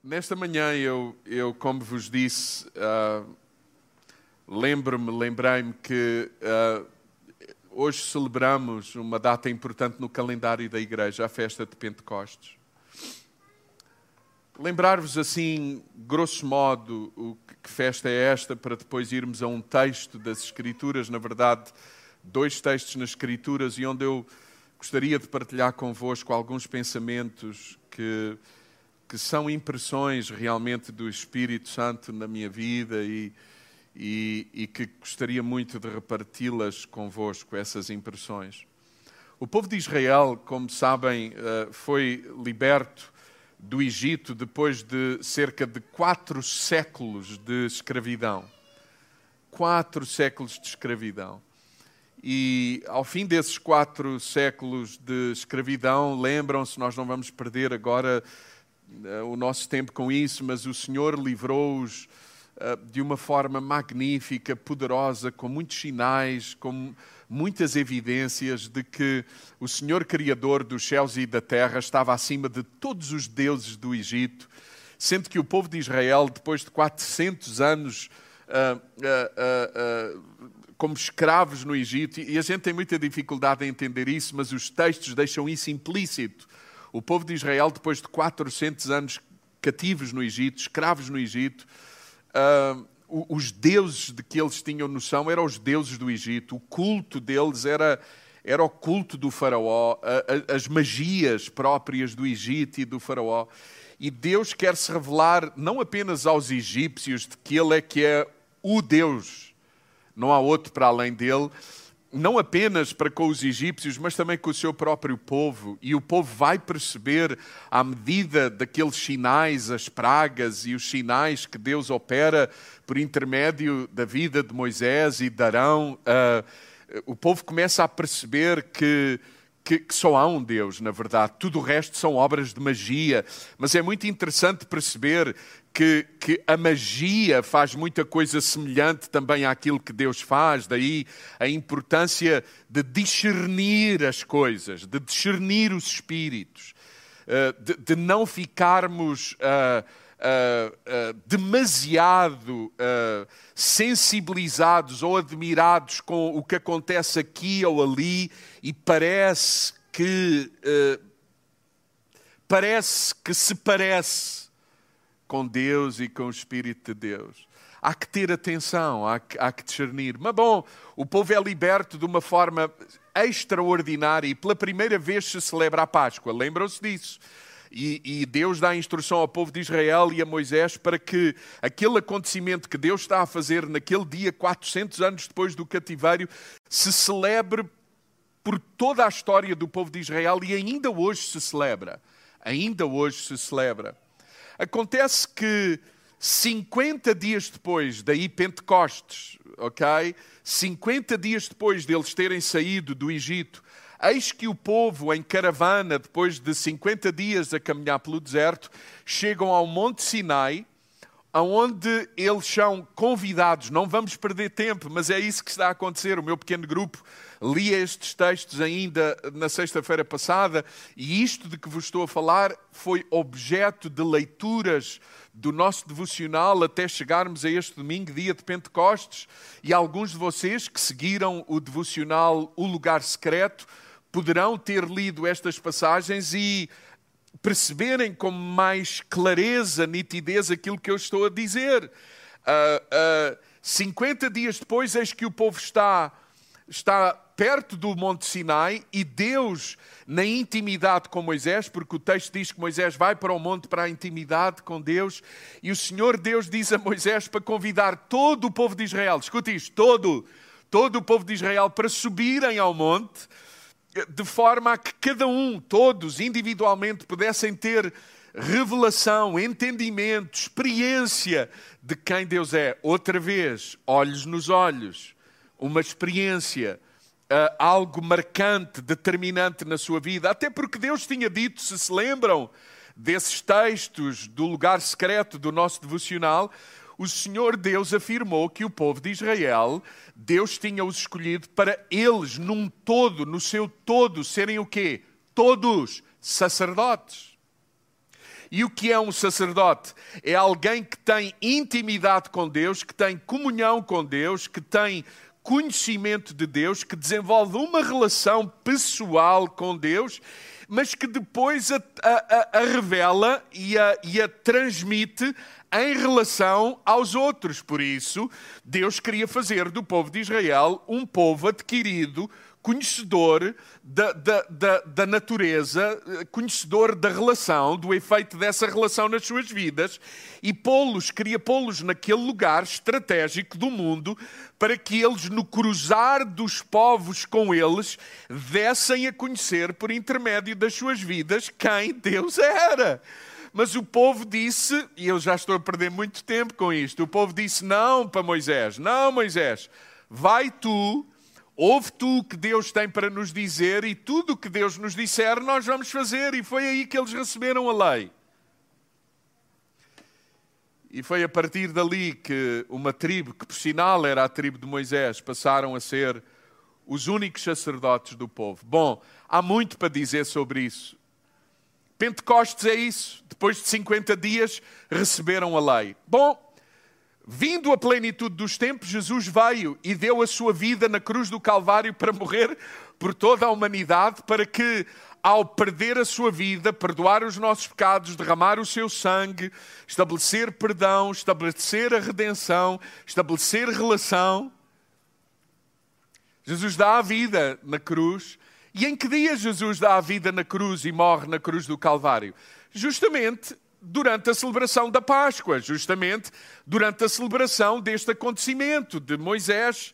Nesta manhã eu como vos disse, lembrei-me que hoje celebramos uma data importante no calendário da Igreja, a festa de Pentecostes. Lembrar-vos assim, grosso modo, que festa é esta, para depois irmos a um texto das Escrituras, na verdade, 2 textos nas Escrituras, e onde eu gostaria de partilhar convosco alguns pensamentos que são impressões realmente do Espírito Santo na minha vida e que gostaria muito de reparti-las convosco, essas impressões. O povo de Israel, como sabem, foi liberto do Egito depois de cerca de 4 séculos de escravidão. 4 séculos de escravidão. E ao fim desses 4 séculos de escravidão, lembram-se, nós não vamos perder agora o nosso tempo com isso, mas o Senhor livrou-os de uma forma magnífica, poderosa, com muitos sinais, com muitas evidências de que o Senhor Criador dos céus e da terra estava acima de todos os deuses do Egito, sendo que o povo de Israel, depois de 400 anos como escravos no Egito, e a gente tem muita dificuldade em entender isso, mas os textos deixam isso implícito. O povo de Israel, depois de 400 anos cativos no Egito, escravos no Egito, os deuses de que eles tinham noção eram os deuses do Egito. O culto deles era o culto do faraó, as magias próprias do Egito e do faraó. E Deus quer se revelar não apenas aos egípcios de que Ele é que é o Deus, não há outro para além dele, não apenas para com os egípcios, mas também com o seu próprio povo. E o povo vai perceber, à medida daqueles sinais, as pragas e os sinais que Deus opera por intermédio da vida de Moisés e de Arão, o povo começa a perceber que só há um Deus, na verdade. Tudo o resto são obras de magia. Mas é muito interessante perceber que a magia faz muita coisa semelhante também àquilo que Deus faz. Daí a importância de discernir as coisas, de discernir os espíritos, de não ficarmos demasiado sensibilizados ou admirados com o que acontece aqui ou ali e parece que se parece com Deus e com o Espírito de Deus. Há que ter atenção, há que discernir. Mas bom, o povo é liberto de uma forma extraordinária e pela primeira vez se celebra a Páscoa. Lembram-se disso? E Deus dá a instrução ao povo de Israel e a Moisés para que aquele acontecimento que Deus está a fazer naquele dia, 400 anos depois do cativério, se celebre por toda a história do povo de Israel e ainda hoje se celebra. Ainda hoje se celebra. Acontece que 50 dias depois, daí Pentecostes, ok? 50 dias depois deles terem saído do Egito, eis que o povo em caravana, depois de 50 dias a caminhar pelo deserto, chegam ao Monte Sinai, onde eles são convidados. Não vamos perder tempo, mas é isso que está a acontecer. O meu pequeno grupo lia estes textos ainda na sexta-feira passada e isto de que vos estou a falar foi objeto de leituras do nosso devocional até chegarmos a este domingo, dia de Pentecostes, e alguns de vocês que seguiram o devocional O Lugar Secreto poderão ter lido estas passagens e perceberem com mais clareza, nitidez, aquilo que eu estou a dizer. 50 dias depois, eis que o povo está perto do Monte Sinai e Deus, na intimidade com Moisés, porque o texto diz que Moisés vai para o monte para a intimidade com Deus, e o Senhor Deus diz a Moisés para convidar todo o povo de Israel, escute isto, todo o povo de Israel para subirem ao monte, de forma a que cada um, todos, individualmente, pudessem ter revelação, entendimento, experiência de quem Deus é. Outra vez, olhos nos olhos, uma experiência, algo marcante, determinante na sua vida. Até porque Deus tinha dito, se lembram desses textos do lugar secreto do nosso devocional, o Senhor Deus afirmou que o povo de Israel, Deus tinha-os escolhido para eles, num todo, no seu todo, serem o quê? Todos sacerdotes. E o que é um sacerdote? É alguém que tem intimidade com Deus, que tem comunhão com Deus, que tem conhecimento de Deus, que desenvolve uma relação pessoal com Deus, mas que depois a revela e a transmite em relação aos outros. Por isso, Deus queria fazer do povo de Israel um povo adquirido, conhecedor da natureza, conhecedor da relação, do efeito dessa relação nas suas vidas, e queria pô-los naquele lugar estratégico do mundo para que eles, no cruzar dos povos com eles, dessem a conhecer, por intermédio das suas vidas, quem Deus era. Mas o povo disse, e eu já estou a perder muito tempo com isto, o povo disse não para Moisés, não Moisés, vai tu, ouve tu o que Deus tem para nos dizer e tudo o que Deus nos disser nós vamos fazer. E foi aí que eles receberam a lei. E foi a partir dali que uma tribo, que por sinal era a tribo de Moisés, passaram a ser os únicos sacerdotes do povo. Bom, há muito para dizer sobre isso. Pentecostes é isso. Depois de 50 dias receberam a lei. Bom, vindo a plenitude dos tempos, Jesus veio e deu a sua vida na cruz do Calvário para morrer por toda a humanidade, para que, ao perder a sua vida, perdoar os nossos pecados, derramar o seu sangue, estabelecer perdão, estabelecer a redenção, estabelecer relação, Jesus dá a vida na cruz. E em que dia Jesus dá a vida na cruz e morre na cruz do Calvário? Justamente durante a celebração da Páscoa, justamente durante a celebração deste acontecimento de Moisés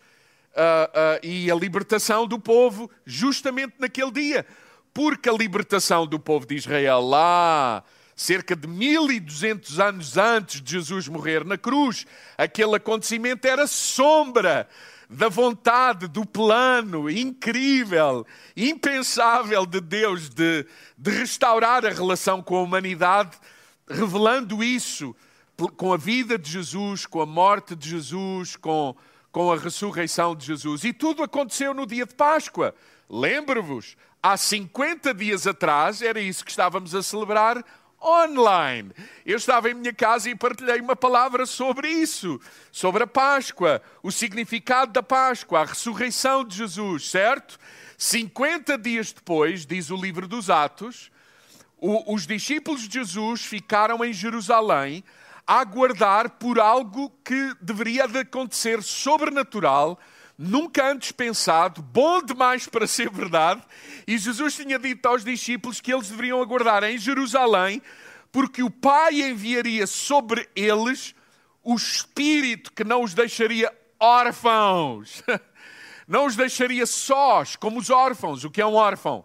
e a libertação do povo, justamente naquele dia. Porque a libertação do povo de Israel lá, cerca de 1200 anos antes de Jesus morrer na cruz, aquele acontecimento era sombra da vontade, do plano incrível, impensável de Deus de restaurar a relação com a humanidade, revelando isso com a vida de Jesus, com a morte de Jesus, com a ressurreição de Jesus. E tudo aconteceu no dia de Páscoa. Lembro-vos, há 50 dias atrás, era isso que estávamos a celebrar online. Eu estava em minha casa e partilhei uma palavra sobre isso, sobre a Páscoa, o significado da Páscoa, a ressurreição de Jesus, certo? 50 dias depois, diz o livro dos Atos, os discípulos de Jesus ficaram em Jerusalém a aguardar por algo que deveria de acontecer sobrenatural, nunca antes pensado, bom demais para ser verdade. E Jesus tinha dito aos discípulos que eles deveriam aguardar em Jerusalém, porque o Pai enviaria sobre eles o Espírito que não os deixaria órfãos. Não os deixaria sós, como os órfãos. O que é um órfão?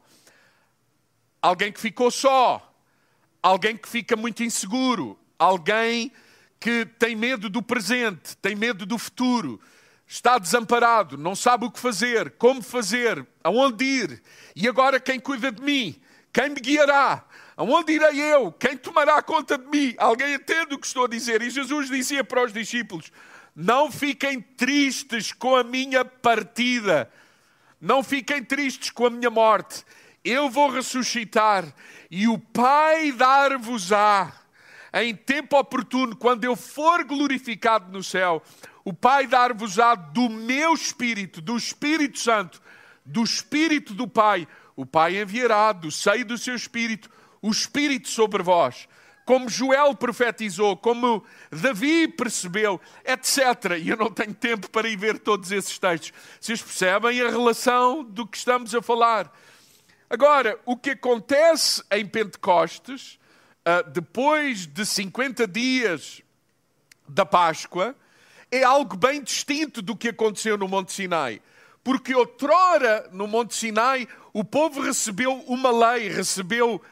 Alguém que ficou só. Alguém que fica muito inseguro. Alguém que tem medo do presente, tem medo do futuro. Está desamparado, não sabe o que fazer, como fazer, aonde ir. E agora quem cuida de mim? Quem me guiará? Aonde irei eu? Quem tomará conta de mim? Alguém entende o que estou a dizer? E Jesus dizia para os discípulos, não fiquem tristes com a minha partida. Não fiquem tristes com a minha morte. Eu vou ressuscitar e o Pai dar-vos-á, em tempo oportuno, quando eu for glorificado no céu, o Pai dar-vos-á do meu Espírito, do Espírito Santo, do Espírito do Pai. O Pai enviará do seio do seu Espírito o Espírito sobre vós. Como Joel profetizou, como Davi percebeu, etc. E eu não tenho tempo para ir ver todos esses textos. Vocês percebem a relação do que estamos a falar? Agora, o que acontece em Pentecostes, depois de 50 dias da Páscoa, é algo bem distinto do que aconteceu no Monte Sinai. Porque outrora, no Monte Sinai, o povo recebeu uma lei, recebeu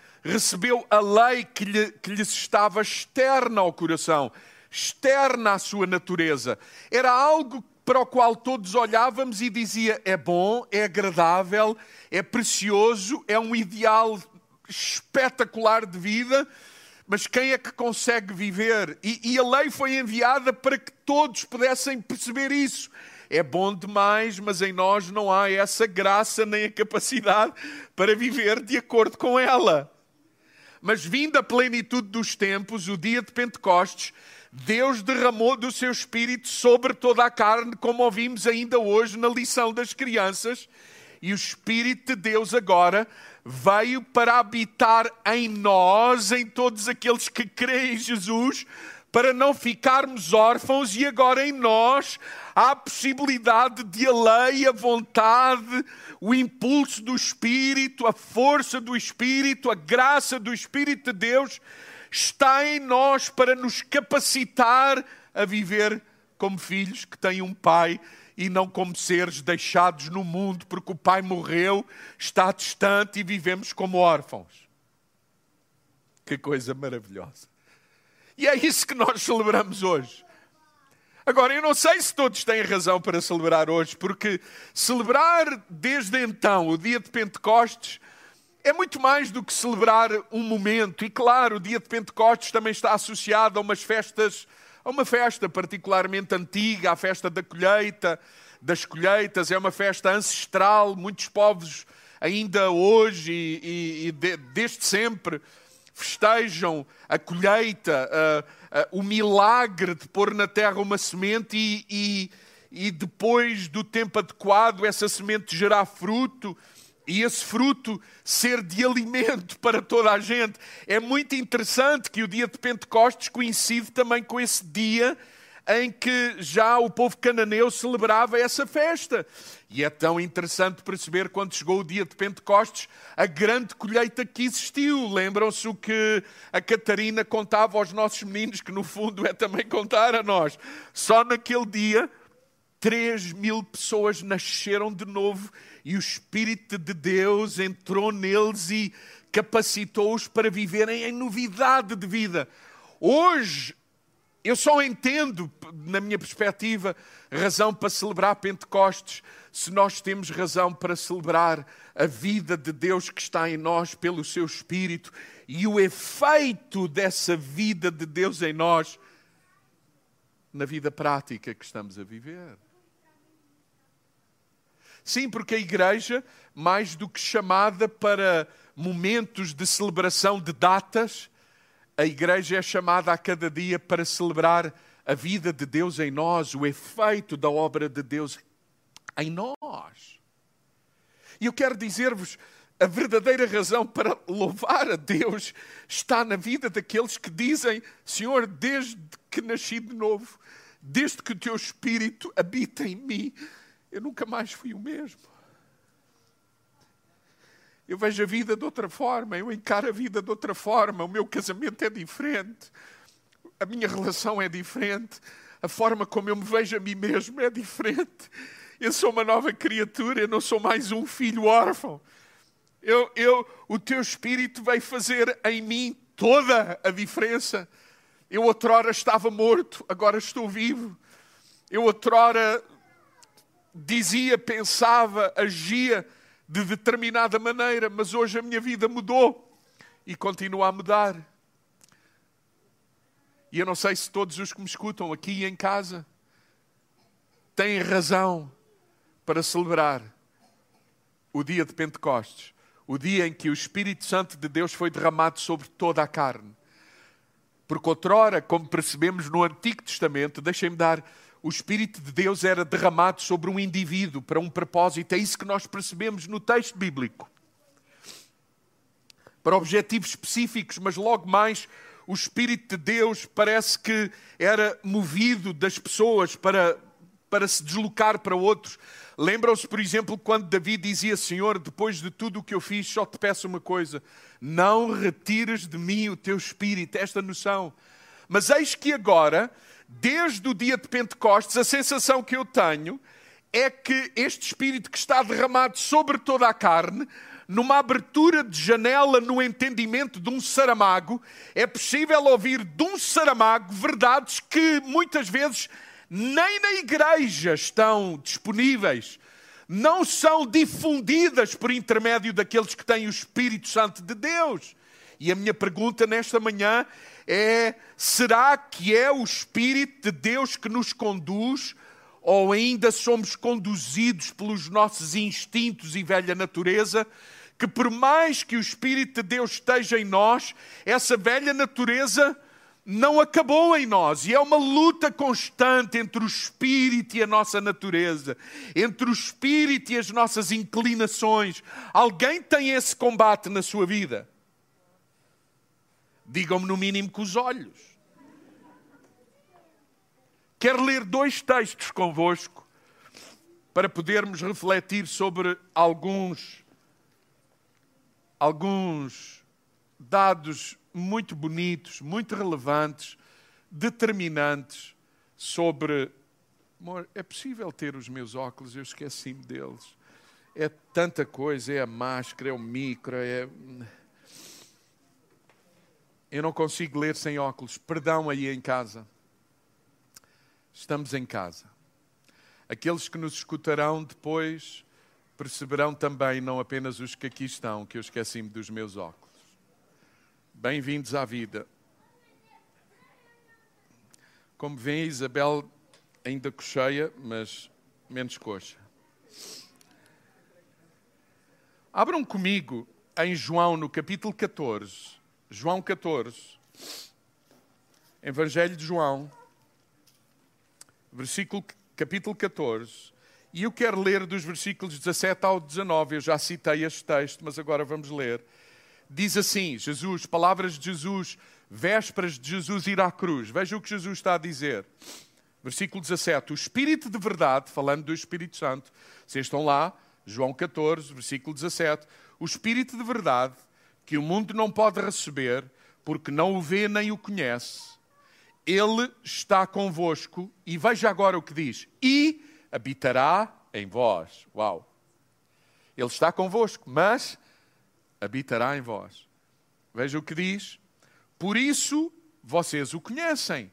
a lei que lhes estava externa ao coração, externa à sua natureza. Era algo para o qual todos olhávamos e dizia, é bom, é agradável, é precioso, é um ideal espetacular de vida, mas quem é que consegue viver? E a lei foi enviada para que todos pudessem perceber isso. É bom demais, mas em nós não há essa graça nem a capacidade para viver de acordo com ela. Mas vindo a plenitude dos tempos, o dia de Pentecostes, Deus derramou do seu Espírito sobre toda a carne, como ouvimos ainda hoje na lição das crianças. E o Espírito de Deus agora veio para habitar em nós, em todos aqueles que creem em Jesus, para não ficarmos órfãos, e agora em nós há a possibilidade de a lei, a vontade, o impulso do Espírito, a força do Espírito, a graça do Espírito de Deus está em nós para nos capacitar a viver como filhos que têm um pai e não como seres deixados no mundo porque o pai morreu, está distante e vivemos como órfãos. Que coisa maravilhosa. E é isso que nós celebramos hoje. Agora, eu não sei se todos têm razão para celebrar hoje, porque celebrar desde então o dia de Pentecostes é muito mais do que celebrar um momento. E claro, o dia de Pentecostes também está associado a uma festa particularmente antiga, a festa da colheita, das colheitas. É uma festa ancestral, muitos povos ainda hoje e desde sempre festejam a colheita, o milagre de pôr na terra uma semente e depois do tempo adequado essa semente gerar fruto e esse fruto ser de alimento para toda a gente. É muito interessante que o dia de Pentecostes coincide também com esse dia em que já o povo cananeu celebrava essa festa. E é tão interessante perceber, quando chegou o dia de Pentecostes, a grande colheita que existiu. Lembram-se o que a Catarina contava aos nossos meninos, que no fundo é também contar a nós. Só naquele dia, 3.000 pessoas nasceram de novo e o Espírito de Deus entrou neles e capacitou-os para viverem em novidade de vida. Hoje, eu só entendo, na minha perspectiva, razão para celebrar Pentecostes se nós temos razão para celebrar a vida de Deus que está em nós pelo seu Espírito e o efeito dessa vida de Deus em nós na vida prática que estamos a viver. Sim, porque a igreja, mais do que chamada para momentos de celebração de datas, a igreja é chamada a cada dia para celebrar a vida de Deus em nós, o efeito da obra de Deus em nós. E eu quero dizer-vos, a verdadeira razão para louvar a Deus está na vida daqueles que dizem: Senhor, desde que nasci de novo, desde que o teu Espírito habita em mim, eu nunca mais fui o mesmo. Eu vejo a vida de outra forma, eu encaro a vida de outra forma, o meu casamento é diferente, a minha relação é diferente, a forma como eu me vejo a mim mesmo é diferente. Eu sou uma nova criatura, eu não sou mais um filho órfão. O teu Espírito veio fazer em mim toda a diferença. Eu outrora estava morto, agora estou vivo. Eu outrora dizia, pensava, agia de determinada maneira, mas hoje a minha vida mudou e continua a mudar. E eu não sei se todos os que me escutam aqui e em casa têm razão para celebrar o dia de Pentecostes, o dia em que o Espírito Santo de Deus foi derramado sobre toda a carne. Porque outrora, como percebemos no Antigo Testamento, deixem-me dar, o Espírito de Deus era derramado sobre um indivíduo para um propósito. É isso que nós percebemos no texto bíblico. Para objetivos específicos, mas logo mais o Espírito de Deus parece que era movido das pessoas para se deslocar para outros. Lembram-se, por exemplo, quando Davi dizia: Senhor, depois de tudo o que eu fiz, só te peço uma coisa: não retires de mim o teu Espírito. Esta noção. Mas eis que agora, desde o dia de Pentecostes, a sensação que eu tenho é que este Espírito que está derramado sobre toda a carne, numa abertura de janela no entendimento de um Saramago, é possível ouvir de um Saramago verdades que muitas vezes nem na igreja estão disponíveis, não são difundidas por intermédio daqueles que têm o Espírito Santo de Deus. E a minha pergunta nesta manhã é: será que é o Espírito de Deus que nos conduz, ou ainda somos conduzidos pelos nossos instintos e velha natureza, que por mais que o Espírito de Deus esteja em nós, essa velha natureza não acabou em nós. E é uma luta constante entre o Espírito e a nossa natureza, entre o Espírito e as nossas inclinações. Alguém tem esse combate na sua vida? Digam-me no mínimo com os olhos. Quero ler 2 textos convosco para podermos refletir sobre alguns dados muito bonitos, muito relevantes, determinantes sobre... Amor, é possível ter os meus óculos? Eu esqueci-me deles. É tanta coisa, é a máscara, é o micro, Eu não consigo ler sem óculos. Perdão aí em casa. Estamos em casa. Aqueles que nos escutarão depois perceberão também, não apenas os que aqui estão, que eu esqueci-me dos meus óculos. Bem-vindos à vida. Como vêem, Isabel ainda cocheia, mas menos coxa. Abram comigo em João, no capítulo 14. João 14. Evangelho de João. Capítulo 14. E eu quero ler dos versículos 17 ao 19. Eu já citei este texto, mas agora vamos ler. Diz assim, Jesus, palavras de Jesus, vésperas de Jesus ir à cruz. Veja o que Jesus está a dizer. Versículo 17. O Espírito de verdade, falando do Espírito Santo, vocês estão lá, João 14, versículo 17. O Espírito de verdade, que o mundo não pode receber, porque não o vê nem o conhece. Ele está convosco, e veja agora o que diz, e habitará em vós. Uau! Ele está convosco, mas habitará em vós. Veja o que diz. Por isso, vocês o conhecem.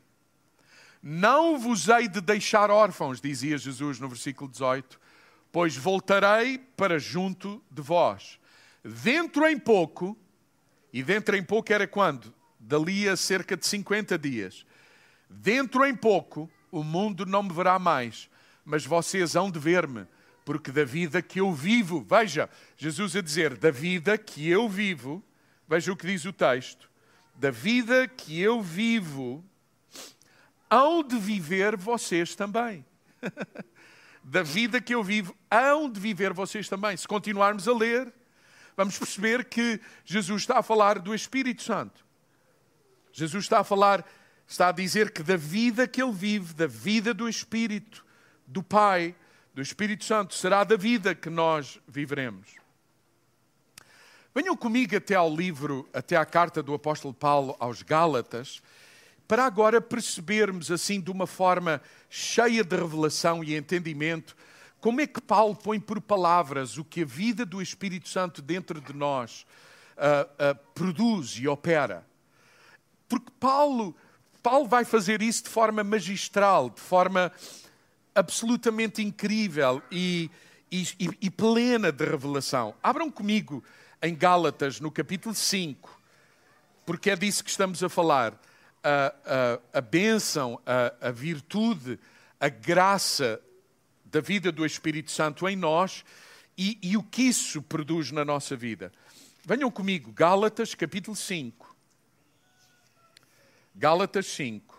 Não vos hei de deixar órfãos, dizia Jesus no versículo 18, pois voltarei para junto de vós. Dentro em pouco, e dentro em pouco era quando? Dali a cerca de 50 dias. Dentro em pouco, o mundo não me verá mais, mas vocês hão de ver-me, porque da vida que eu vivo, veja, Jesus a dizer, da vida que eu vivo, veja o que diz o texto, da vida que eu vivo, hão de viver vocês também. Da vida que eu vivo, hão de viver vocês também. Se continuarmos a ler, vamos perceber que Jesus está a falar do Espírito Santo. Jesus está a dizer que da vida que ele vive, da vida do Espírito, do Pai, do Espírito Santo, será da vida que nós viveremos. Venham comigo até ao livro, até à carta do apóstolo Paulo aos Gálatas, para agora percebermos assim de uma forma cheia de revelação e entendimento, como é que Paulo põe por palavras o que a vida do Espírito Santo dentro de nós produz e opera. Porque Paulo vai fazer isso de forma magistral, de forma absolutamente incrível e plena de revelação. Abram comigo em Gálatas, no capítulo 5, porque é disso que estamos a falar. A bênção, a virtude, a graça da vida do Espírito Santo em nós e o que isso produz na nossa vida. Venham comigo, Gálatas, capítulo 5. Gálatas 5,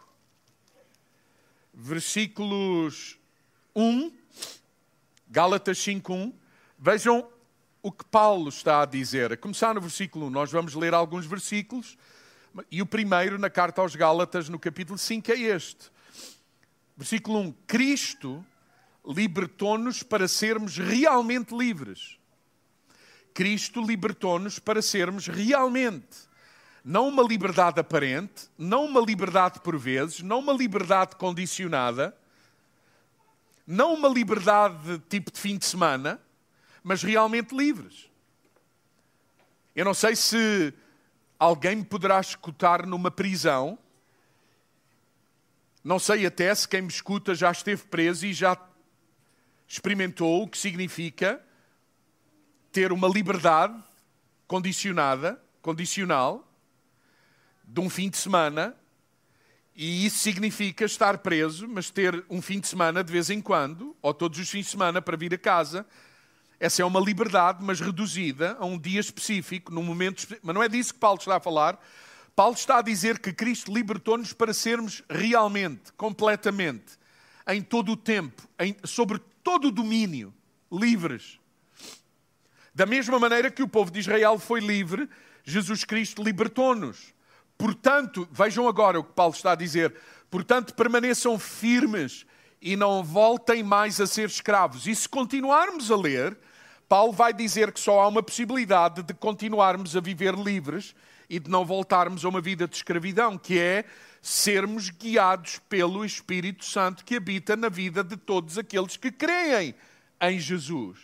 versículos 1, Gálatas 5, 1. Vejam o que Paulo está a dizer. A começar no versículo 1, nós vamos ler alguns versículos, e o primeiro na carta aos Gálatas, no capítulo 5, é este. Versículo 1, Cristo libertou-nos para sermos realmente livres. Cristo libertou-nos para sermos realmente. Não uma liberdade aparente, não uma liberdade por vezes, não uma liberdade condicionada, não uma liberdade de tipo de fim de semana, mas realmente livres. Eu não sei se alguém me poderá escutar numa prisão, não sei até se quem me escuta já esteve preso e já experimentou o que significa ter uma liberdade condicional, de um fim de semana, e isso significa estar preso, mas ter um fim de semana de vez em quando, ou todos os fins de semana para vir a casa, Essa é uma liberdade, mas reduzida a um dia específico, num momento específico. Mas não é disso que Paulo está a falar. Paulo está a dizer que Cristo libertou-nos para sermos realmente, completamente, em todo o tempo, sobre todo o domínio, livres. Da mesma maneira que o povo de Israel foi livre, Jesus Cristo libertou-nos. Portanto, vejam agora o que Paulo está a dizer, portanto, permaneçam firmes e não voltem mais a ser escravos. E se continuarmos a ler, Paulo vai dizer que só há uma possibilidade de continuarmos a viver livres e de não voltarmos a uma vida de escravidão, que é sermos guiados pelo Espírito Santo que habita na vida de todos aqueles que creem em Jesus.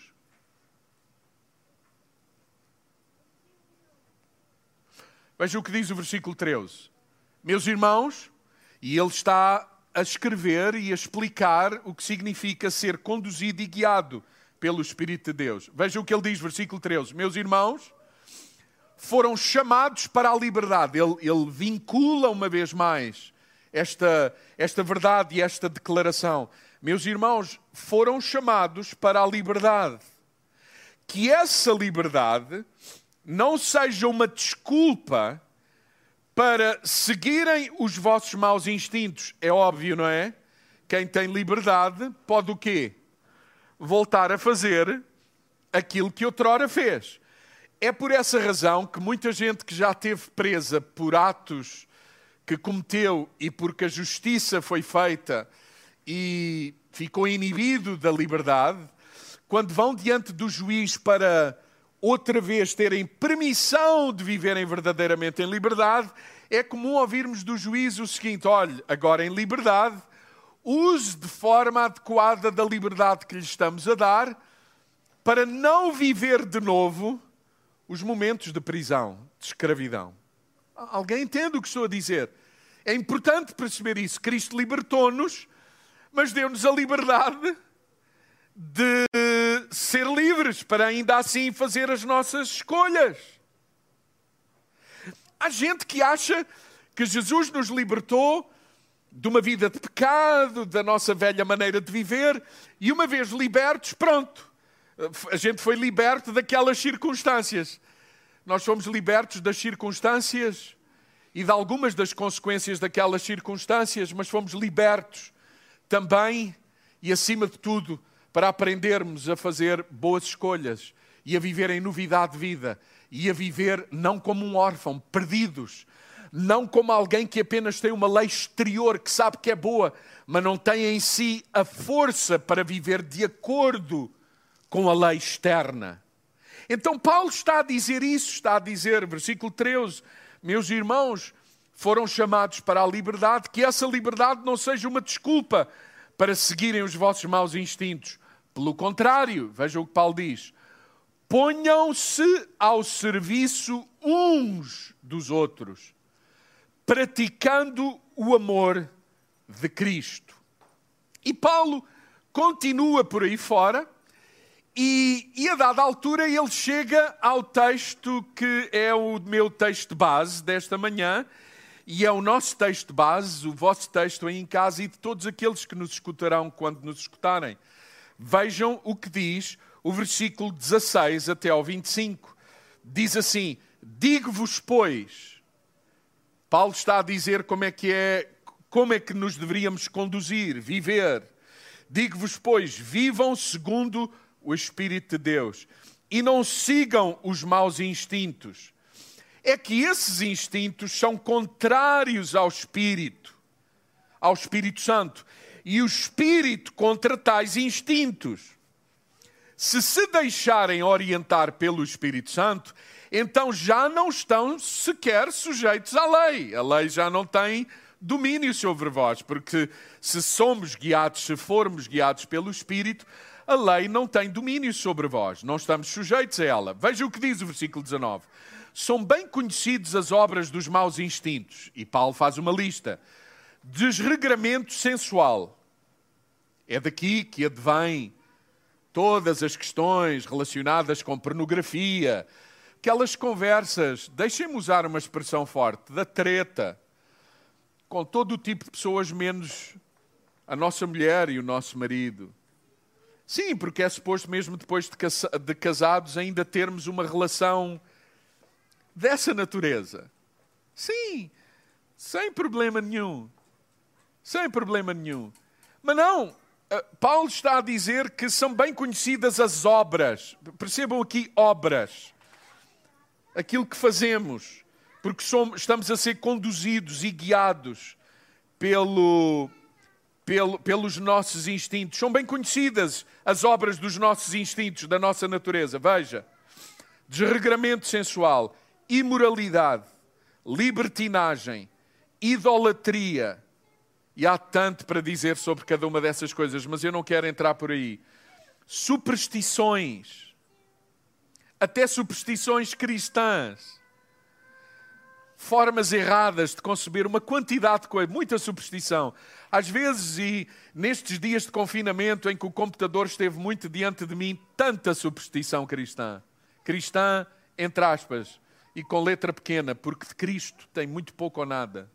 Veja o que diz o versículo 13. Meus irmãos, e ele está a escrever e a explicar o que significa ser conduzido e guiado pelo Espírito de Deus. Veja o que ele diz, versículo 13. Meus irmãos, foram chamados para a liberdade. Ele vincula uma vez mais esta verdade e esta declaração. Meus irmãos, foram chamados para a liberdade. Que essa liberdade não seja uma desculpa para seguirem os vossos maus instintos. É óbvio, não é? Quem tem liberdade pode o quê? Voltar a fazer aquilo que outrora fez. É por essa razão que muita gente que já esteve presa por atos que cometeu e porque a justiça foi feita e ficou inibido da liberdade, quando vão diante do juiz para outra vez terem permissão de viverem verdadeiramente em liberdade, é comum ouvirmos do juiz o seguinte: olhe, agora em liberdade, use de forma adequada da liberdade que lhe estamos a dar para não viver de novo os momentos de prisão, de escravidão. Alguém entende o que estou a dizer? É importante perceber isso. Cristo libertou-nos, mas deu-nos a liberdade de ser livres para ainda assim fazer as nossas escolhas. Há gente que acha que Jesus nos libertou de uma vida de pecado, da nossa velha maneira de viver, e uma vez libertos, pronto. A gente foi liberto daquelas circunstâncias. Nós fomos libertos das circunstâncias e de algumas das consequências daquelas circunstâncias, mas fomos libertos também e, acima de tudo, para aprendermos a fazer boas escolhas e a viver em novidade de vida e a viver não como um órfão, perdidos, não como alguém que apenas tem uma lei exterior que sabe que é boa, mas não tem em si a força para viver de acordo com a lei externa. Então Paulo está a dizer isso, está a dizer, versículo 13, meus irmãos, foram chamados para a liberdade, que essa liberdade não seja uma desculpa para seguirem os vossos maus instintos. Pelo contrário, veja o que Paulo diz, ponham-se ao serviço uns dos outros, praticando o amor de Cristo. E Paulo continua por aí fora, e a dada altura ele chega ao texto que é o meu texto base desta manhã, e é o nosso texto base, o vosso texto aí em casa e de todos aqueles que nos escutarão quando nos escutarem. Vejam o que diz o versículo 16 até ao 25. Diz assim, digo-vos, pois, Paulo está a dizer como é que nos deveríamos conduzir, viver. Digo-vos, pois, vivam segundo o Espírito de Deus e não sigam os maus instintos. É que esses instintos são contrários ao Espírito Santo, e o Espírito contra tais instintos. Se deixarem orientar pelo Espírito Santo, então já não estão sequer sujeitos à lei. A lei já não tem domínio sobre vós, porque se formos guiados pelo Espírito, a lei não tem domínio sobre vós, não estamos sujeitos a ela. Veja o que diz o versículo 19. São bem conhecidas as obras dos maus instintos, e Paulo faz uma lista. Desregramento sensual. É daqui que advém todas as questões relacionadas com pornografia, aquelas conversas, deixem-me usar uma expressão forte, da treta, com todo o tipo de pessoas menos a nossa mulher e o nosso marido. Sim, porque é suposto mesmo depois de casados ainda termos uma relação dessa natureza. Sim, sem problema nenhum. Sem problema nenhum. Mas não, Paulo está a dizer que são bem conhecidas as obras. Percebam aqui, obras. Aquilo que fazemos. Porque estamos a ser conduzidos e guiados pelos nossos instintos. São bem conhecidas as obras dos nossos instintos, da nossa natureza. Veja, desregramento sensual, imoralidade, libertinagem, idolatria. E há tanto para dizer sobre cada uma dessas coisas, mas eu não quero entrar por aí. Superstições, até superstições cristãs. Formas erradas de conceber uma quantidade de coisas, muita superstição. Às vezes, e nestes dias de confinamento em que o computador esteve muito diante de mim, tanta superstição cristã. Cristã, entre aspas, e com letra pequena, porque de Cristo tem muito pouco ou nada.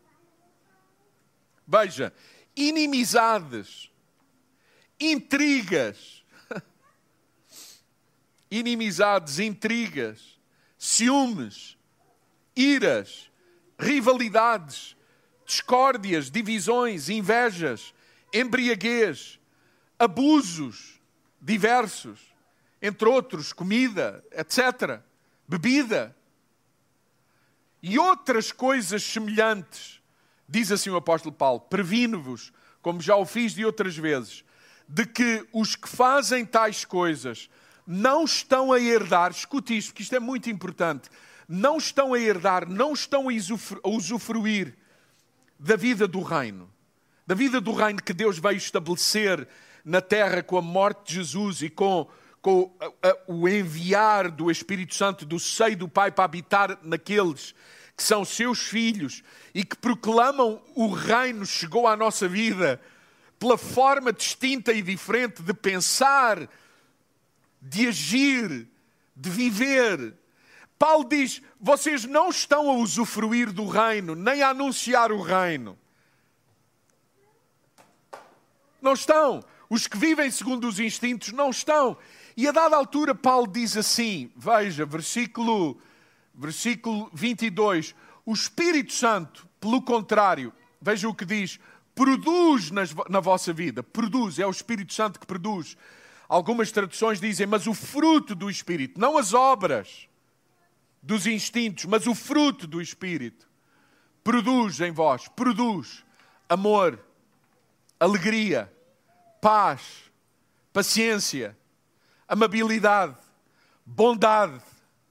Veja, inimizades, intrigas, ciúmes, iras, rivalidades, discórdias, divisões, invejas, embriaguez, abusos diversos, entre outros, comida, etc., bebida e outras coisas semelhantes. Diz assim o apóstolo Paulo: previno-vos, como já o fiz de outras vezes, de que os que fazem tais coisas não estão a herdar, escute isto, porque isto é muito importante, não estão a herdar, não estão a usufruir da vida do reino que Deus veio estabelecer na terra com a morte de Jesus e com o enviar do Espírito Santo do seio do Pai para habitar naqueles que são seus filhos e que proclamam o reino chegou à nossa vida pela forma distinta e diferente de pensar, de agir, de viver. Paulo diz, vocês não estão a usufruir do reino, nem a anunciar o reino. Não estão. Os que vivem segundo os instintos não estão. E a dada altura Paulo diz assim, veja, versículo 22, o Espírito Santo, pelo contrário, veja o que diz, produz na vossa vida, produz, é o Espírito Santo que produz. Algumas traduções dizem, mas o fruto do Espírito, não as obras dos instintos, mas o fruto do Espírito, produz em vós, produz amor, alegria, paz, paciência, amabilidade, bondade,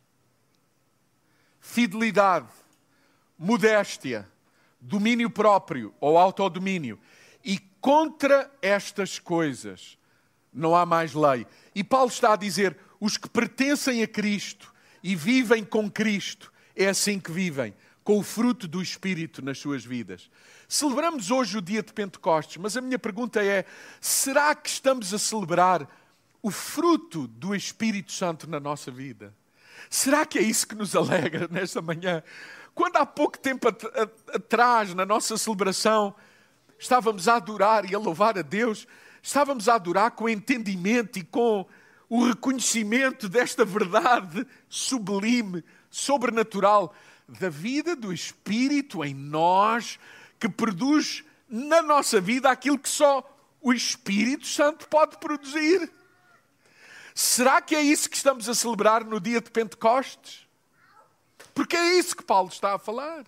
fidelidade, modéstia, domínio próprio ou autodomínio. E contra estas coisas não há mais lei. E Paulo está a dizer, os que pertencem a Cristo e vivem com Cristo, é assim que vivem, com o fruto do Espírito nas suas vidas. Celebramos hoje o dia de Pentecostes, mas a minha pergunta é, será que estamos a celebrar o fruto do Espírito Santo na nossa vida? Será que é isso que nos alegra nesta manhã? Quando há pouco tempo atrás, na nossa celebração, estávamos a adorar e a louvar a Deus, estávamos a adorar com entendimento e com o reconhecimento desta verdade sublime, sobrenatural, da vida do Espírito em nós, que produz na nossa vida aquilo que só o Espírito Santo pode produzir. Será que é isso que estamos a celebrar no dia de Pentecostes? Porque é isso que Paulo está a falar.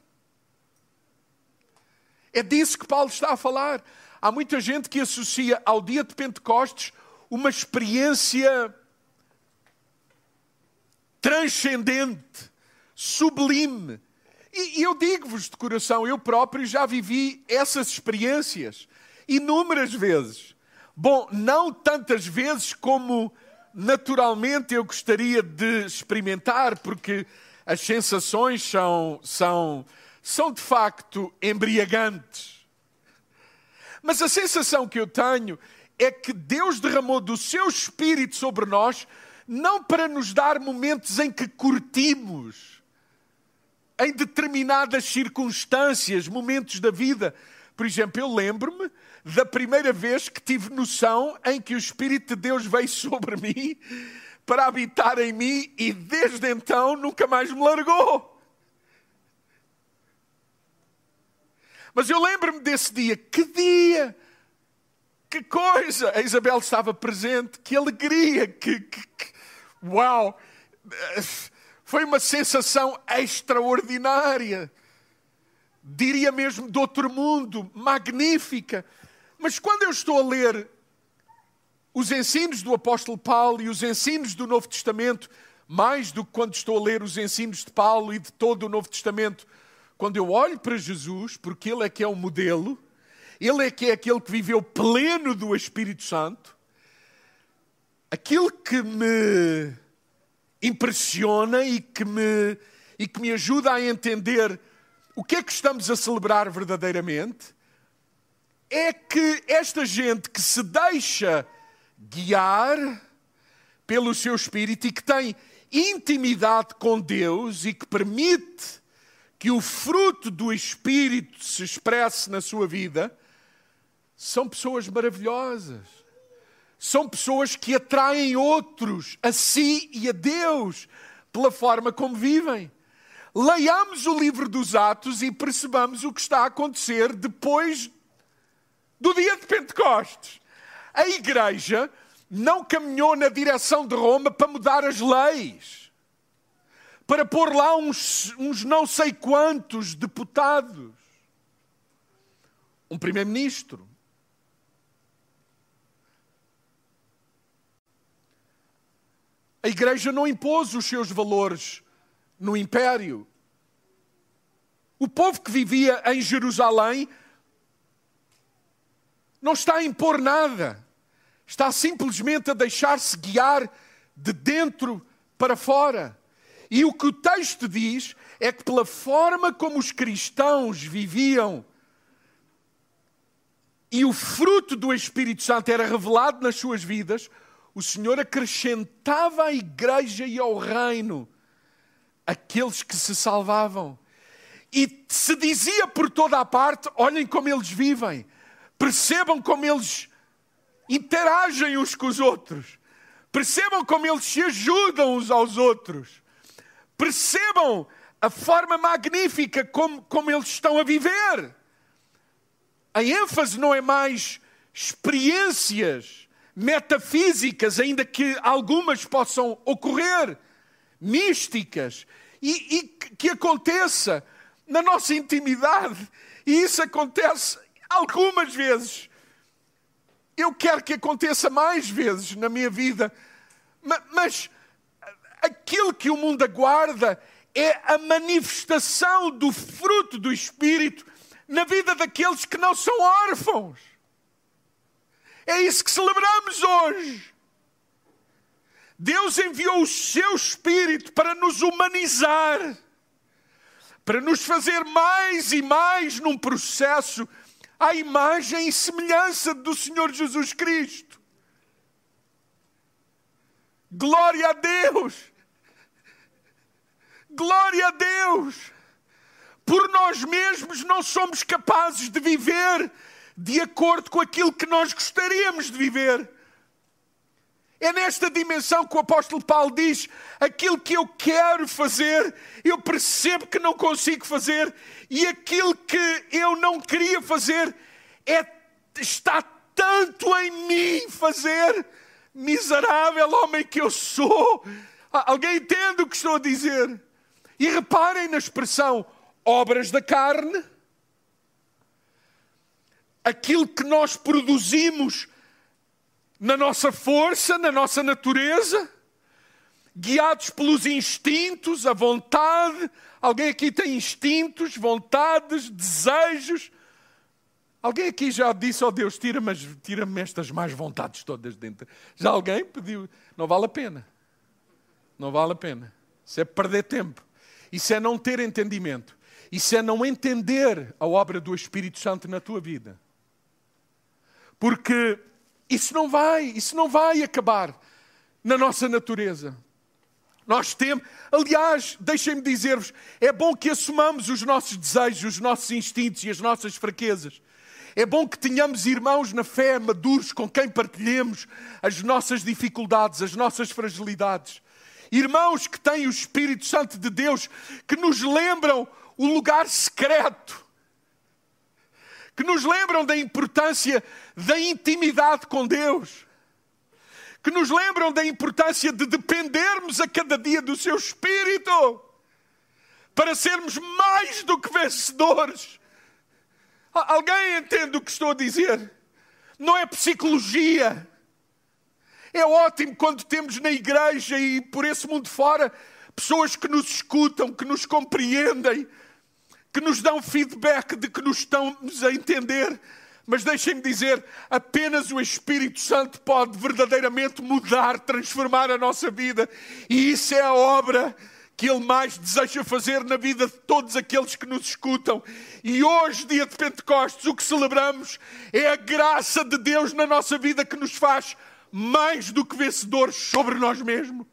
É disso que Paulo está a falar. Há muita gente que associa ao dia de Pentecostes uma experiência transcendente, sublime. E eu digo-vos de coração, eu próprio já vivi essas experiências inúmeras vezes. Bom, não tantas vezes como naturalmente eu gostaria de experimentar, porque as sensações são de facto embriagantes. Mas a sensação que eu tenho é que Deus derramou do seu Espírito sobre nós, não para nos dar momentos em que curtimos, em determinadas circunstâncias, momentos da vida, Por exemplo, eu lembro-me da primeira vez que tive noção em que o Espírito de Deus veio sobre mim para habitar em mim e desde então nunca mais me largou. Mas eu lembro-me desse dia. Que dia! Que coisa! A Isabel estava presente. Que alegria! Uau! Foi uma sensação extraordinária. Diria mesmo de outro mundo. Magnífica. Mas quando eu estou a ler os ensinos do apóstolo Paulo e os ensinos do Novo Testamento, mais do que quando estou a ler os ensinos de Paulo e de todo o Novo Testamento, quando eu olho para Jesus, porque Ele é que é o modelo, Ele é que é aquele que viveu pleno do Espírito Santo, aquilo que me impressiona e que me ajuda a entender o que é que estamos a celebrar verdadeiramente, é que esta gente que se deixa guiar pelo seu Espírito e que tem intimidade com Deus e que permite que o fruto do Espírito se expresse na sua vida, são pessoas maravilhosas. São pessoas que atraem outros a si e a Deus pela forma como vivem. Leiamos o livro dos Atos e percebamos o que está a acontecer depois do dia de Pentecostes. A igreja não caminhou na direção de Roma para mudar as leis, para pôr lá uns não sei quantos deputados, um primeiro-ministro. A igreja não impôs os seus valores no império. O povo que vivia em Jerusalém não está a impor nada. Está simplesmente a deixar-se guiar de dentro para fora. E o que o texto diz é que pela forma como os cristãos viviam e o fruto do Espírito Santo era revelado nas suas vidas, o Senhor acrescentava à igreja e ao reino aqueles que se salvavam. E se dizia por toda a parte, olhem como eles vivem. Percebam como eles interagem uns com os outros. Percebam como eles se ajudam uns aos outros. Percebam a forma magnífica como eles estão a viver. A ênfase não é mais experiências metafísicas, ainda que algumas possam ocorrer, místicas, e que aconteça na nossa intimidade. E isso acontece algumas vezes. Eu quero que aconteça mais vezes na minha vida. Mas aquilo que o mundo aguarda é a manifestação do fruto do Espírito na vida daqueles que não são órfãos. É isso que celebramos hoje. Deus enviou o seu Espírito para nos humanizar, para nos fazer mais e mais num processo à imagem e semelhança do Senhor Jesus Cristo. Glória a Deus! Glória a Deus! Por nós mesmos não somos capazes de viver de acordo com aquilo que nós gostaríamos de viver. É nesta dimensão que o apóstolo Paulo diz: aquilo que eu quero fazer, eu percebo que não consigo fazer, e aquilo que eu não queria fazer está tanto em mim fazer. Miserável homem que eu sou. Alguém entende o que estou a dizer? E reparem na expressão obras da carne. Aquilo que nós produzimos na nossa força, na nossa natureza, guiados pelos instintos, a vontade. Alguém aqui tem instintos, vontades, desejos? Alguém aqui já disse, oh Deus, tira-me estas más vontades todas dentro? Já alguém pediu? Não vale a pena. Não vale a pena. Isso é perder tempo. Isso é não ter entendimento. Isso é não entender a obra do Espírito Santo na tua vida. Porque isso não vai acabar na nossa natureza. Nós temos, aliás, deixem-me dizer-vos, é bom que assumamos os nossos desejos, os nossos instintos e as nossas fraquezas. É bom que tenhamos irmãos na fé maduros com quem partilhemos as nossas dificuldades, as nossas fragilidades. Irmãos que têm o Espírito Santo de Deus, que nos lembram o lugar secreto, que nos lembram da importância da intimidade com Deus, que nos lembram da importância de dependermos a cada dia do seu Espírito, para sermos mais do que vencedores. Alguém entende o que estou a dizer? Não é psicologia. É ótimo quando temos na igreja e por esse mundo fora pessoas que nos escutam, que nos compreendem, que nos dão feedback de que nos estamos a entender. Mas deixem-me dizer, apenas o Espírito Santo pode verdadeiramente mudar, transformar a nossa vida. E isso é a obra que Ele mais deseja fazer na vida de todos aqueles que nos escutam. E hoje, dia de Pentecostes, o que celebramos é a graça de Deus na nossa vida que nos faz mais do que vencedores sobre nós mesmos.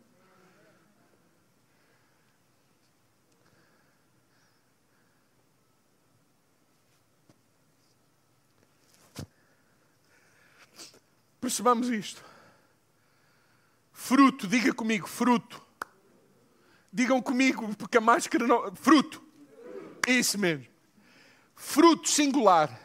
Percebamos isto. Fruto, diga comigo, fruto. Digam comigo, porque a máscara não... Fruto. Isso mesmo. Fruto singular.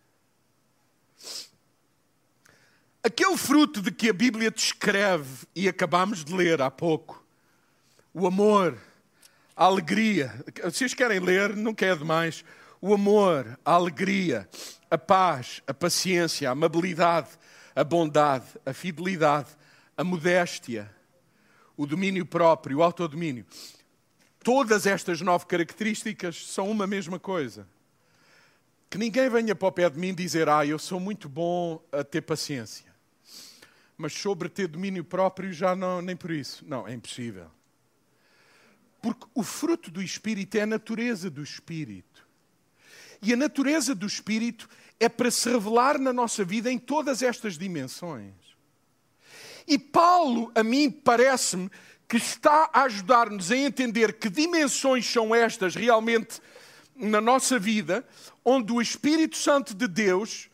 Aquele fruto de que a Bíblia descreve e acabamos de ler há pouco. O amor, a alegria. Vocês querem ler? Não quer demais. O amor, a alegria, a paz, a paciência, a amabilidade, a bondade, a fidelidade, a modéstia, o domínio próprio, o autodomínio. Todas estas 9 características são uma mesma coisa. Que ninguém venha para o pé de mim dizer, eu sou muito bom a ter paciência. Mas sobre ter domínio próprio já não, nem por isso. Não, é impossível. Porque o fruto do Espírito é a natureza do Espírito. E a natureza do Espírito é para se revelar na nossa vida em todas estas dimensões. E Paulo, a mim, parece-me que está a ajudar-nos a entender que dimensões são estas realmente na nossa vida, onde o Espírito Santo de Deus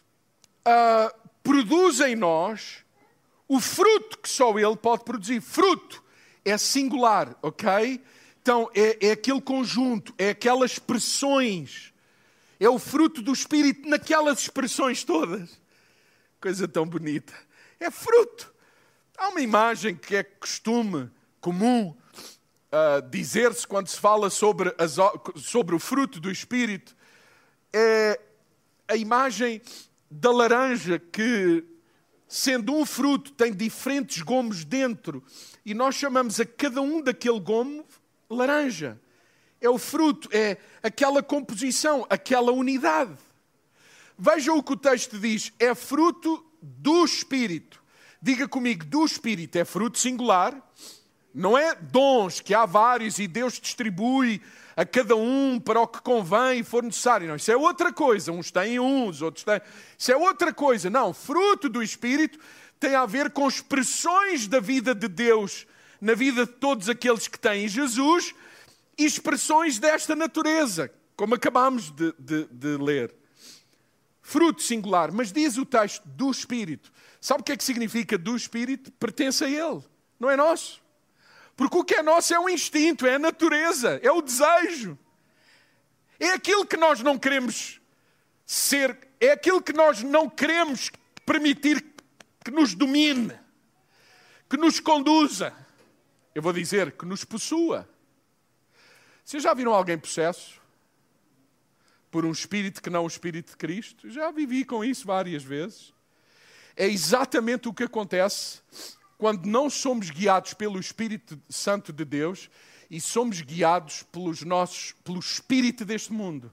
produz em nós o fruto que só Ele pode produzir. Fruto é singular, ok? Então é aquele conjunto, é aquelas expressões, é o fruto do Espírito naquelas expressões todas. Coisa tão bonita. É fruto. Há uma imagem que é costume, comum, dizer-se quando se fala sobre o fruto do Espírito. É a imagem da laranja que, sendo um fruto, tem diferentes gomos dentro. E nós chamamos a cada um daquele gomo laranja. É o fruto, é aquela composição, aquela unidade. Vejam o que o texto diz. É fruto do Espírito. Diga comigo, do Espírito é fruto singular, não é dons que há vários e Deus distribui a cada um para o que convém e for necessário. Não, isso é outra coisa. Uns têm uns, outros têm... Isso é outra coisa. Não, fruto do Espírito tem a ver com expressões da vida de Deus na vida de todos aqueles que têm Jesus e expressões desta natureza, como acabamos de ler. Fruto singular, mas diz o texto do Espírito. Sabe o que é que significa do Espírito? Pertence a Ele, não é nosso. Porque o que é nosso é o instinto, é a natureza, é o desejo. É aquilo que nós não queremos ser, é aquilo que nós não queremos permitir que nos domine, que nos conduza. Eu vou dizer, que nos possua. Vocês já viram alguém possesso por um espírito que não o Espírito de Cristo? Já vivi com isso várias vezes. É exatamente o que acontece quando não somos guiados pelo Espírito Santo de Deus e somos guiados pelo espírito deste mundo.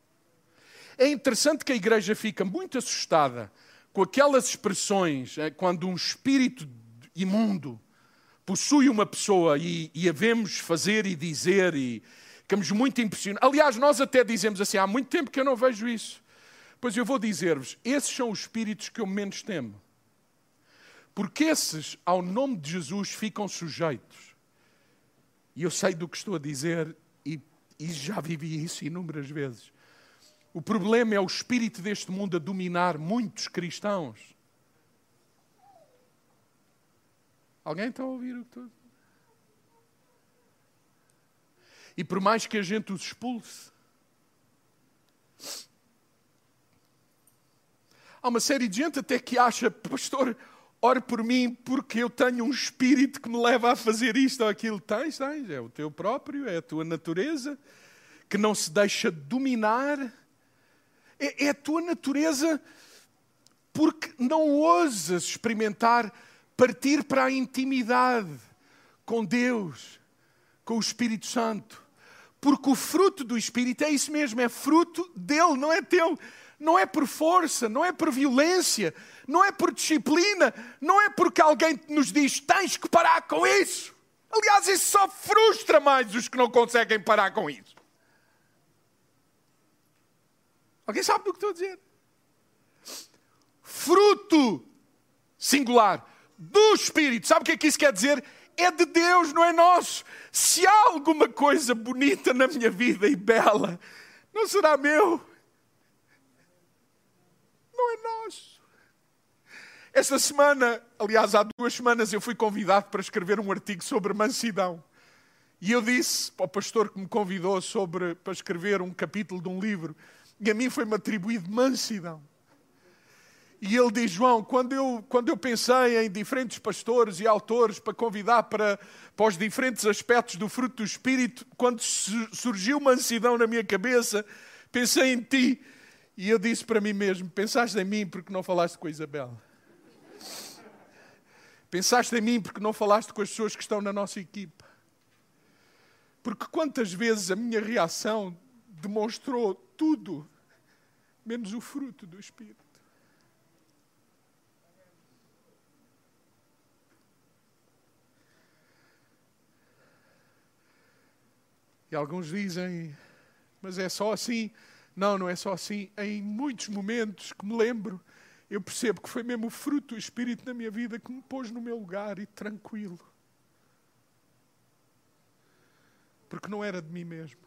É interessante que a igreja fica muito assustada com aquelas expressões, quando um espírito imundo possui uma pessoa e a vemos fazer e dizer e ficamos muito impressionados. Aliás, nós até dizemos assim, há muito tempo que eu não vejo isso. Pois eu vou dizer-vos, esses são os espíritos que eu menos temo. Porque esses, ao nome de Jesus, ficam sujeitos. E eu sei do que estou a dizer e já vivi isso inúmeras vezes. O problema é o espírito deste mundo a dominar muitos cristãos. Alguém está a ouvir o que estou a dizer? E por mais que a gente os expulse, há uma série de gente até que acha, pastor, ore por mim porque eu tenho um espírito que me leva a fazer isto ou aquilo. Tens, é o teu próprio, é a tua natureza que não se deixa dominar. É a tua natureza porque não ousas experimentar partir para a intimidade com Deus, com o Espírito Santo. Porque o fruto do Espírito é isso mesmo, é fruto dele, não é teu. Não é por força, não é por violência, não é por disciplina, não é porque alguém nos diz tens que parar com isso. Aliás, isso só frustra mais os que não conseguem parar com isso. Alguém sabe do que estou a dizer? Fruto singular do Espírito. Sabe o que é que isso quer dizer? É de Deus, não é nosso. Se há alguma coisa bonita na minha vida e bela, não será meu. Não é nosso. Esta semana, aliás, há 2 semanas, eu fui convidado para escrever um artigo sobre mansidão. E eu disse para o pastor que me convidou para escrever um capítulo de um livro, e a mim foi-me atribuído mansidão. E ele diz, João, quando eu pensei em diferentes pastores e autores para convidar para os diferentes aspectos do fruto do Espírito, quando surgiu mansidão na minha cabeça, pensei em ti. E eu disse para mim mesmo, pensaste em mim porque não falaste com a Isabela. Pensaste em mim porque não falaste com as pessoas que estão na nossa equipa. Porque quantas vezes a minha reação demonstrou tudo, menos o fruto do Espírito. E alguns dizem, mas é só assim. Não, não é só assim. Em muitos momentos que me lembro, eu percebo que foi mesmo o fruto do Espírito na minha vida que me pôs no meu lugar e tranquilo. Porque não era de mim mesmo.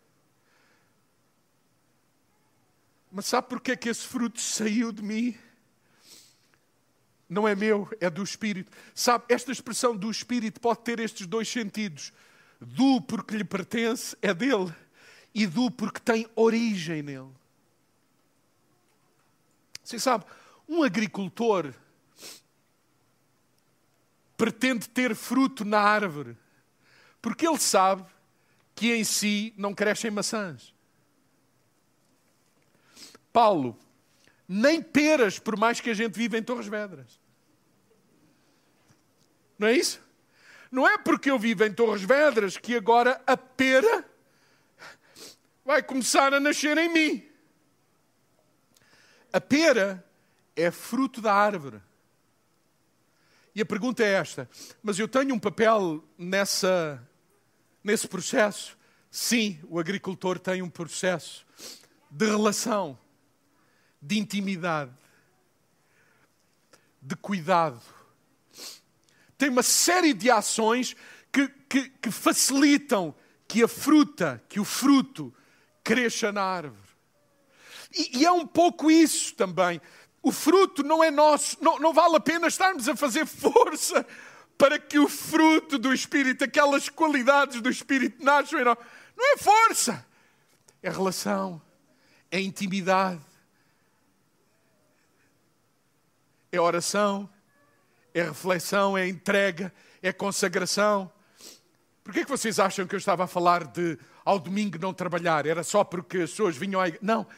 Mas sabe porque é que esse fruto saiu de mim? Não é meu, é do Espírito. Sabe, esta expressão do Espírito pode ter estes 2 sentidos. Do porque lhe pertence, é dele. E do porque tem origem nele. Você sabe, um agricultor pretende ter fruto na árvore porque ele sabe que em si não crescem maçãs. Paulo, nem peras, por mais que a gente viva em Torres Vedras. Não é isso? Não é porque eu vivo em Torres Vedras que agora a pera vai começar a nascer em mim. A pera é fruto da árvore. E a pergunta é esta, mas eu tenho um papel nesse processo? Sim, o agricultor tem um processo de relação, de intimidade, de cuidado. Tem uma série de ações que facilitam que o fruto cresça na árvore. E é um pouco isso também. O fruto não é nosso. Não vale a pena estarmos a fazer força para que o fruto do Espírito, aquelas qualidades do Espírito nasçam em nós. Não é força. É relação. É intimidade. É oração. É reflexão. É entrega. É consagração. Por que é que vocês acham que eu estava a falar de ao domingo não trabalhar? Era só porque as pessoas vinham à igreja? Não.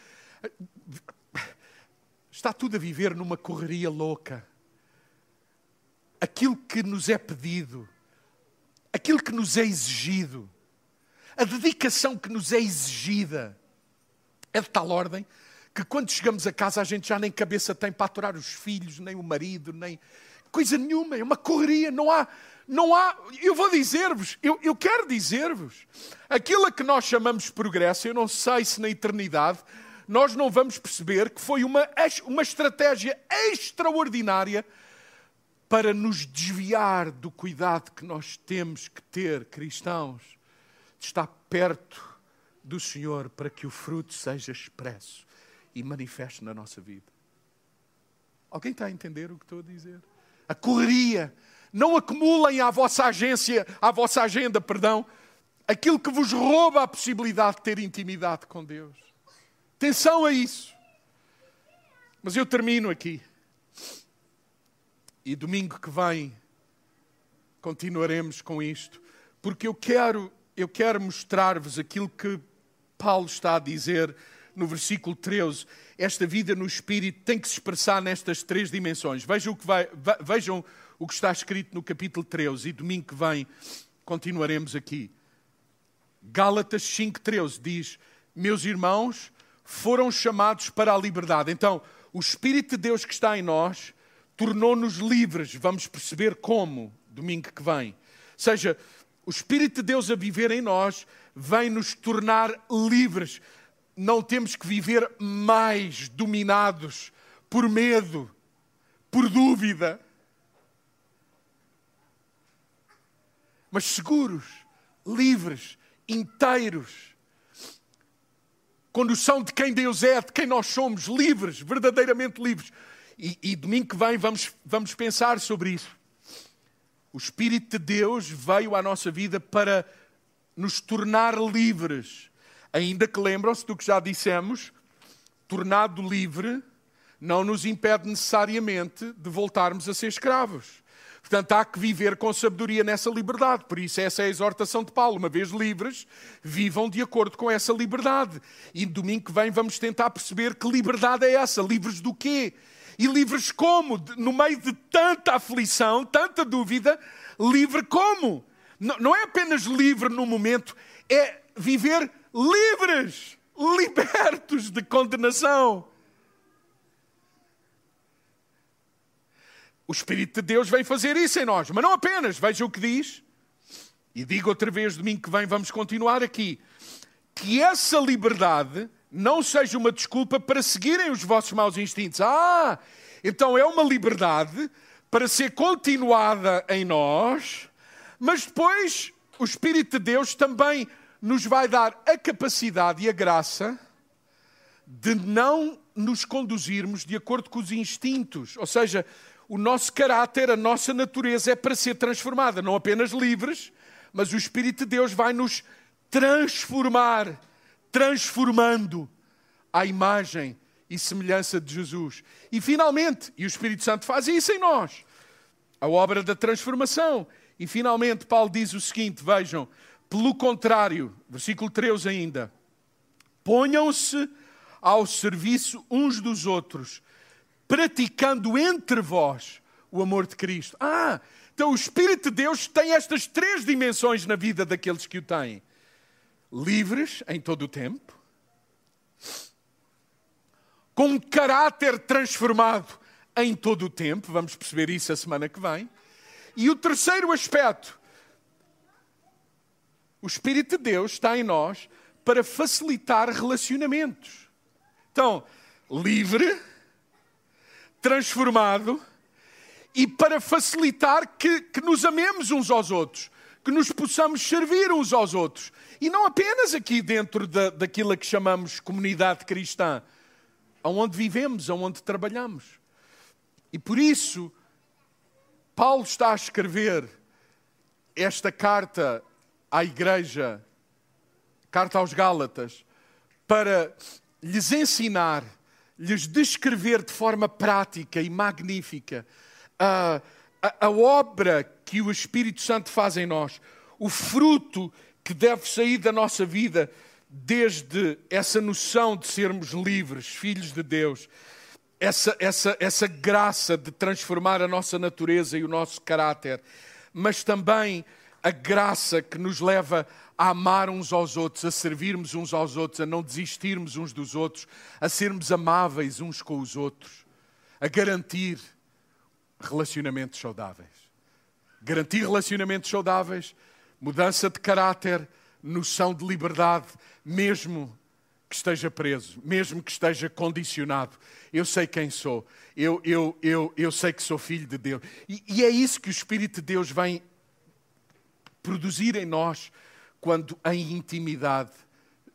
Está tudo a viver numa correria louca. Aquilo que nos é pedido, aquilo que nos é exigido, a dedicação que nos é exigida, é de tal ordem que quando chegamos a casa a gente já nem cabeça tem para aturar os filhos, nem o marido, nem coisa nenhuma. É uma correria, não há. Eu vou dizer-vos, eu quero dizer-vos, aquilo a que nós chamamos de progresso, eu não sei se na eternidade nós não vamos perceber que foi uma estratégia extraordinária para nos desviar do cuidado que nós temos que ter, cristãos, de estar perto do Senhor para que o fruto seja expresso e manifeste na nossa vida. Alguém está a entender o que estou a dizer? A correria. Não acumulem à vossa agenda, aquilo que vos rouba a possibilidade de ter intimidade com Deus. Atenção a isso. Mas eu termino aqui. E domingo que vem continuaremos com isto. Porque eu quero mostrar-vos aquilo que Paulo está a dizer no versículo 13. Esta vida no Espírito tem que se expressar nestas 3 dimensões. Vejam o que está escrito no capítulo 13. E domingo que vem continuaremos aqui. Gálatas 5,13 diz: meus irmãos, foram chamados para a liberdade. Então, o Espírito de Deus que está em nós tornou-nos livres. Vamos perceber como, domingo que vem. Ou seja, o Espírito de Deus a viver em nós vem nos tornar livres. Não temos que viver mais dominados por medo, por dúvida, mas seguros, livres, inteiros, com noção de quem Deus é, de quem nós somos, livres, verdadeiramente livres. E domingo que vem vamos pensar sobre isso. O Espírito de Deus veio à nossa vida para nos tornar livres. Ainda que lembram-se do que já dissemos, tornado livre não nos impede necessariamente de voltarmos a ser escravos. Portanto, há que viver com sabedoria nessa liberdade. Por isso, essa é a exortação de Paulo. Uma vez livres, vivam de acordo com essa liberdade. E domingo que vem vamos tentar perceber que liberdade é essa. Livres do quê? E livres como? No meio de tanta aflição, tanta dúvida, livre como? Não é apenas livre no momento, é viver livres, libertos de condenação. O Espírito de Deus vem fazer isso em nós, mas não apenas. Veja o que diz. E digo outra vez, domingo que vem, vamos continuar aqui. Que essa liberdade não seja uma desculpa para seguirem os vossos maus instintos. Então é uma liberdade para ser continuada em nós, mas depois o Espírito de Deus também nos vai dar a capacidade e a graça de não nos conduzirmos de acordo com os instintos. Ou seja, o nosso caráter, a nossa natureza é para ser transformada. Não apenas livres, mas o Espírito de Deus vai nos transformar, transformando à imagem e semelhança de Jesus. E finalmente, e o Espírito Santo faz isso em nós, a obra da transformação. E finalmente Paulo diz o seguinte, vejam, pelo contrário, versículo 13 ainda, ponham-se ao serviço uns dos outros, praticando entre vós o amor de Cristo. Então o Espírito de Deus tem estas 3 dimensões na vida daqueles que o têm. Livres em todo o tempo, com um caráter transformado em todo o tempo, vamos perceber isso a semana que vem. E o terceiro aspecto, o Espírito de Deus está em nós para facilitar relacionamentos. Então, livre, transformado e para facilitar que nos amemos uns aos outros, que nos possamos servir uns aos outros. E não apenas aqui dentro daquilo a que chamamos comunidade cristã, aonde vivemos, aonde trabalhamos. E por isso, Paulo está a escrever esta carta à igreja, carta aos Gálatas, para lhes ensinar, lhes descrever de forma prática e magnífica a obra que o Espírito Santo faz em nós, o fruto que deve sair da nossa vida, desde essa noção de sermos livres, filhos de Deus, essa graça de transformar a nossa natureza e o nosso caráter, mas também a graça que nos leva a amar uns aos outros, a servirmos uns aos outros, a não desistirmos uns dos outros, a sermos amáveis uns com os outros, a garantir relacionamentos saudáveis. Garantir relacionamentos saudáveis, mudança de caráter, noção de liberdade, mesmo que esteja preso, mesmo que esteja condicionado. Eu sei quem sou, eu sei que sou filho de Deus. E é isso que o Espírito de Deus vem produzir em nós quando em intimidade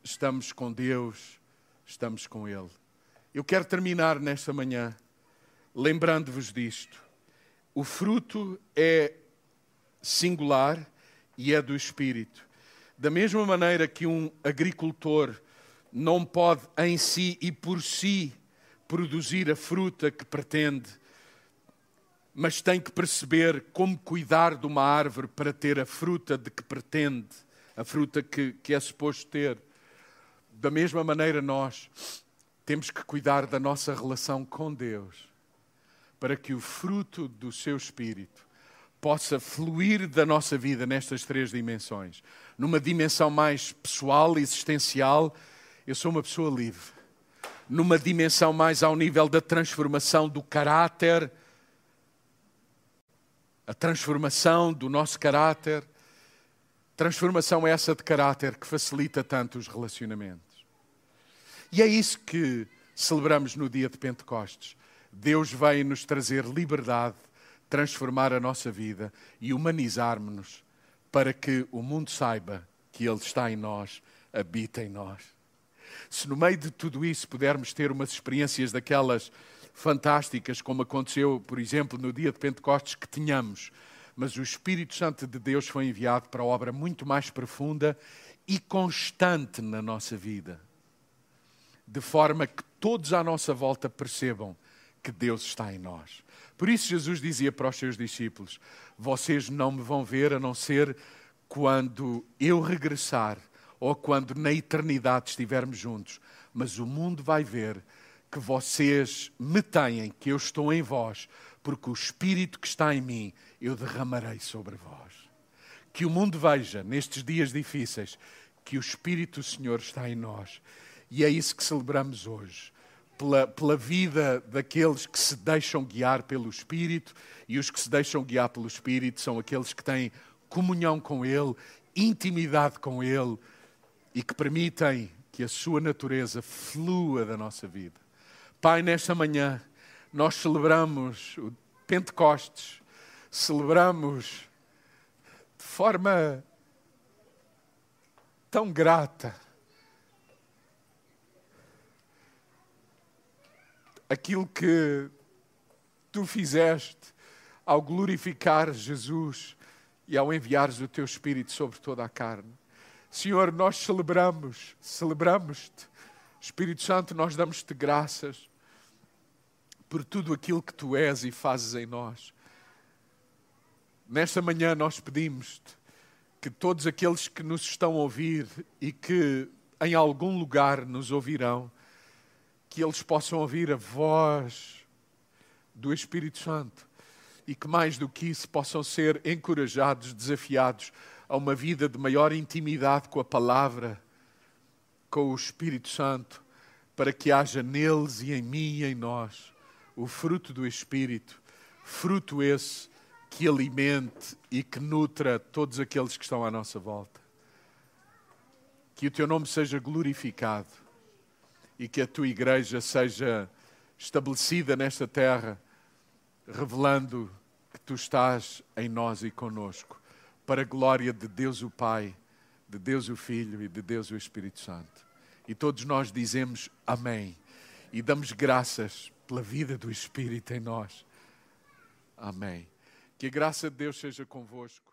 estamos com Deus, estamos com Ele. Eu quero terminar nesta manhã lembrando-vos disto. O fruto é singular e é do Espírito. Da mesma maneira que um agricultor não pode em si e por si produzir a fruta que pretende, mas tem que perceber como cuidar de uma árvore para ter a fruta de que pretende, a fruta que é suposto ter. Da mesma maneira nós temos que cuidar da nossa relação com Deus, para que o fruto do seu Espírito possa fluir da nossa vida nestas três dimensões. Numa dimensão mais pessoal, existencial, eu sou uma pessoa livre. Numa dimensão mais ao nível da transformação do caráter, a transformação do nosso caráter, transformação essa de caráter que facilita tanto os relacionamentos. E é isso que celebramos no dia de Pentecostes. Deus veio nos trazer liberdade, transformar a nossa vida e humanizar-nos para que o mundo saiba que Ele está em nós, habita em nós. Se no meio de tudo isso pudermos ter umas experiências daquelas fantásticas, como aconteceu, por exemplo, no dia de Pentecostes, que tínhamos, mas o Espírito Santo de Deus foi enviado para a obra muito mais profunda e constante na nossa vida, de forma que todos à nossa volta percebam que Deus está em nós. Por isso Jesus dizia para os seus discípulos: vocês não me vão ver a não ser quando eu regressar ou quando na eternidade estivermos juntos. Mas o mundo vai ver que vocês me têm, que eu estou em vós, porque o Espírito que está em mim eu derramarei sobre vós. Que o mundo veja, nestes dias difíceis, que o Espírito do Senhor está em nós. E é isso que celebramos hoje. Pela vida daqueles que se deixam guiar pelo Espírito, e os que se deixam guiar pelo Espírito são aqueles que têm comunhão com Ele, intimidade com Ele, e que permitem que a sua natureza flua da nossa vida. Pai, nesta manhã, nós celebramos o Pentecostes, celebramos de forma tão grata aquilo que tu fizeste ao glorificar Jesus e ao enviares o teu Espírito sobre toda a carne. Senhor, nós celebramos-te. Espírito Santo, nós damos-te graças por tudo aquilo que tu és e fazes em nós. Nesta manhã nós pedimos-te que todos aqueles que nos estão a ouvir e que em algum lugar nos ouvirão, que eles possam ouvir a voz do Espírito Santo e que mais do que isso possam ser encorajados, desafiados a uma vida de maior intimidade com a palavra, com o Espírito Santo, para que haja neles e em mim e em nós o fruto do Espírito, fruto esse que alimente e que nutra todos aqueles que estão à nossa volta. Que o teu nome seja glorificado e que a tua igreja seja estabelecida nesta terra, revelando que tu estás em nós e conosco, para a glória de Deus o Pai, de Deus o Filho e de Deus o Espírito Santo. E todos nós dizemos amém e damos graças pela vida do Espírito em nós. Amém. Que a graça de Deus seja convosco.